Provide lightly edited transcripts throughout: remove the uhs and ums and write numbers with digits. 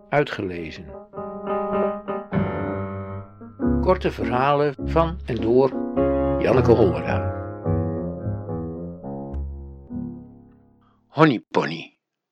Uitgelezen. Korte verhalen van en door Janneke Hollera. Honeypony.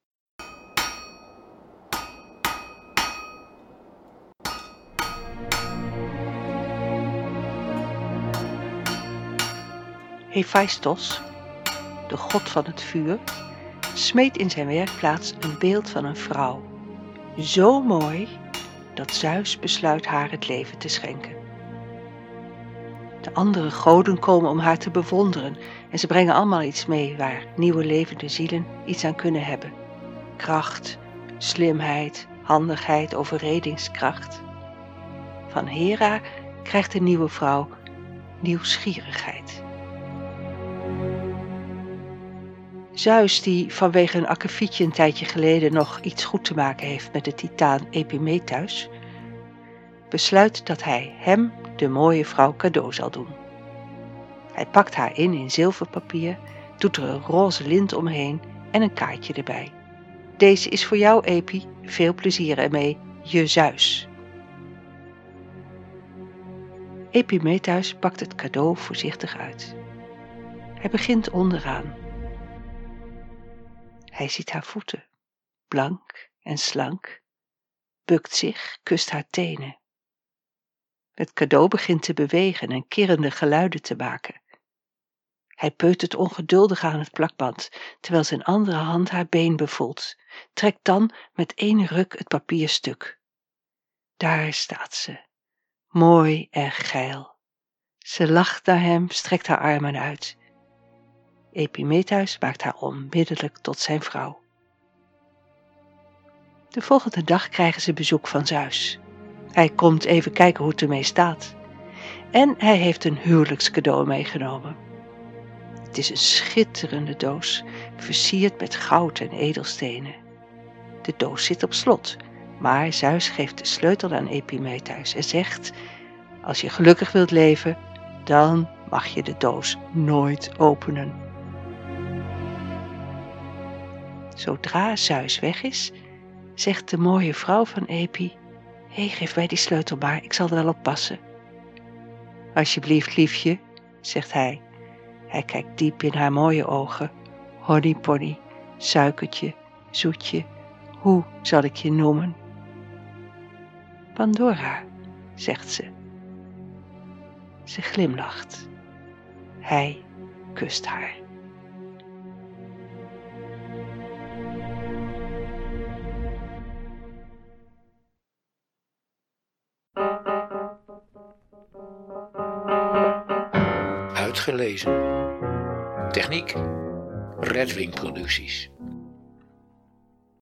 Hephaistos, de god van het vuur, smeet in zijn werkplaats een beeld van een vrouw. Zo mooi dat Zeus besluit haar het leven te schenken. De andere goden komen om haar te bewonderen en ze brengen allemaal iets mee waar nieuwe levende zielen iets aan kunnen hebben. Kracht, slimheid, handigheid, overredingskracht. Van Hera krijgt de nieuwe vrouw nieuwsgierigheid. Zeus, die vanwege een akkefietje een tijdje geleden nog iets goed te maken heeft met de titaan Epimetheus, besluit dat hij hem de mooie vrouw cadeau zal doen. Hij pakt haar in zilverpapier, doet er een roze lint omheen en een kaartje erbij. Deze is voor jou, Epi, veel plezier ermee, je Zeus. Epimetheus pakt het cadeau voorzichtig uit. Hij begint onderaan. Hij ziet haar voeten, blank en slank, bukt zich, kust haar tenen. Het cadeau begint te bewegen en kirrende geluiden te maken. Hij peutert ongeduldig aan het plakband, terwijl zijn andere hand haar been bevoelt, trekt dan met één ruk het papier stuk. Daar staat ze, mooi en geil. Ze lacht naar hem, strekt haar armen uit. Epimetheus maakt haar onmiddellijk tot zijn vrouw. De volgende dag krijgen ze bezoek van Zeus. Hij komt even kijken hoe het ermee staat. En hij heeft een huwelijkscadeau meegenomen. Het is een schitterende doos, versierd met goud en edelstenen. De doos zit op slot, maar Zeus geeft de sleutel aan Epimetheus en zegt: als je gelukkig wilt leven, dan mag je de doos nooit openen. Zodra Zeus weg is, zegt de mooie vrouw van Epi: geef mij die sleutel maar, ik zal er wel op passen. Alsjeblieft, liefje, zegt hij. Hij kijkt diep in haar mooie ogen. Honeypony, suikertje, zoetje, hoe zal ik je noemen? Pandora, zegt ze. Ze glimlacht. Hij kust haar. Uitgelezen. Techniek Redwing Producties.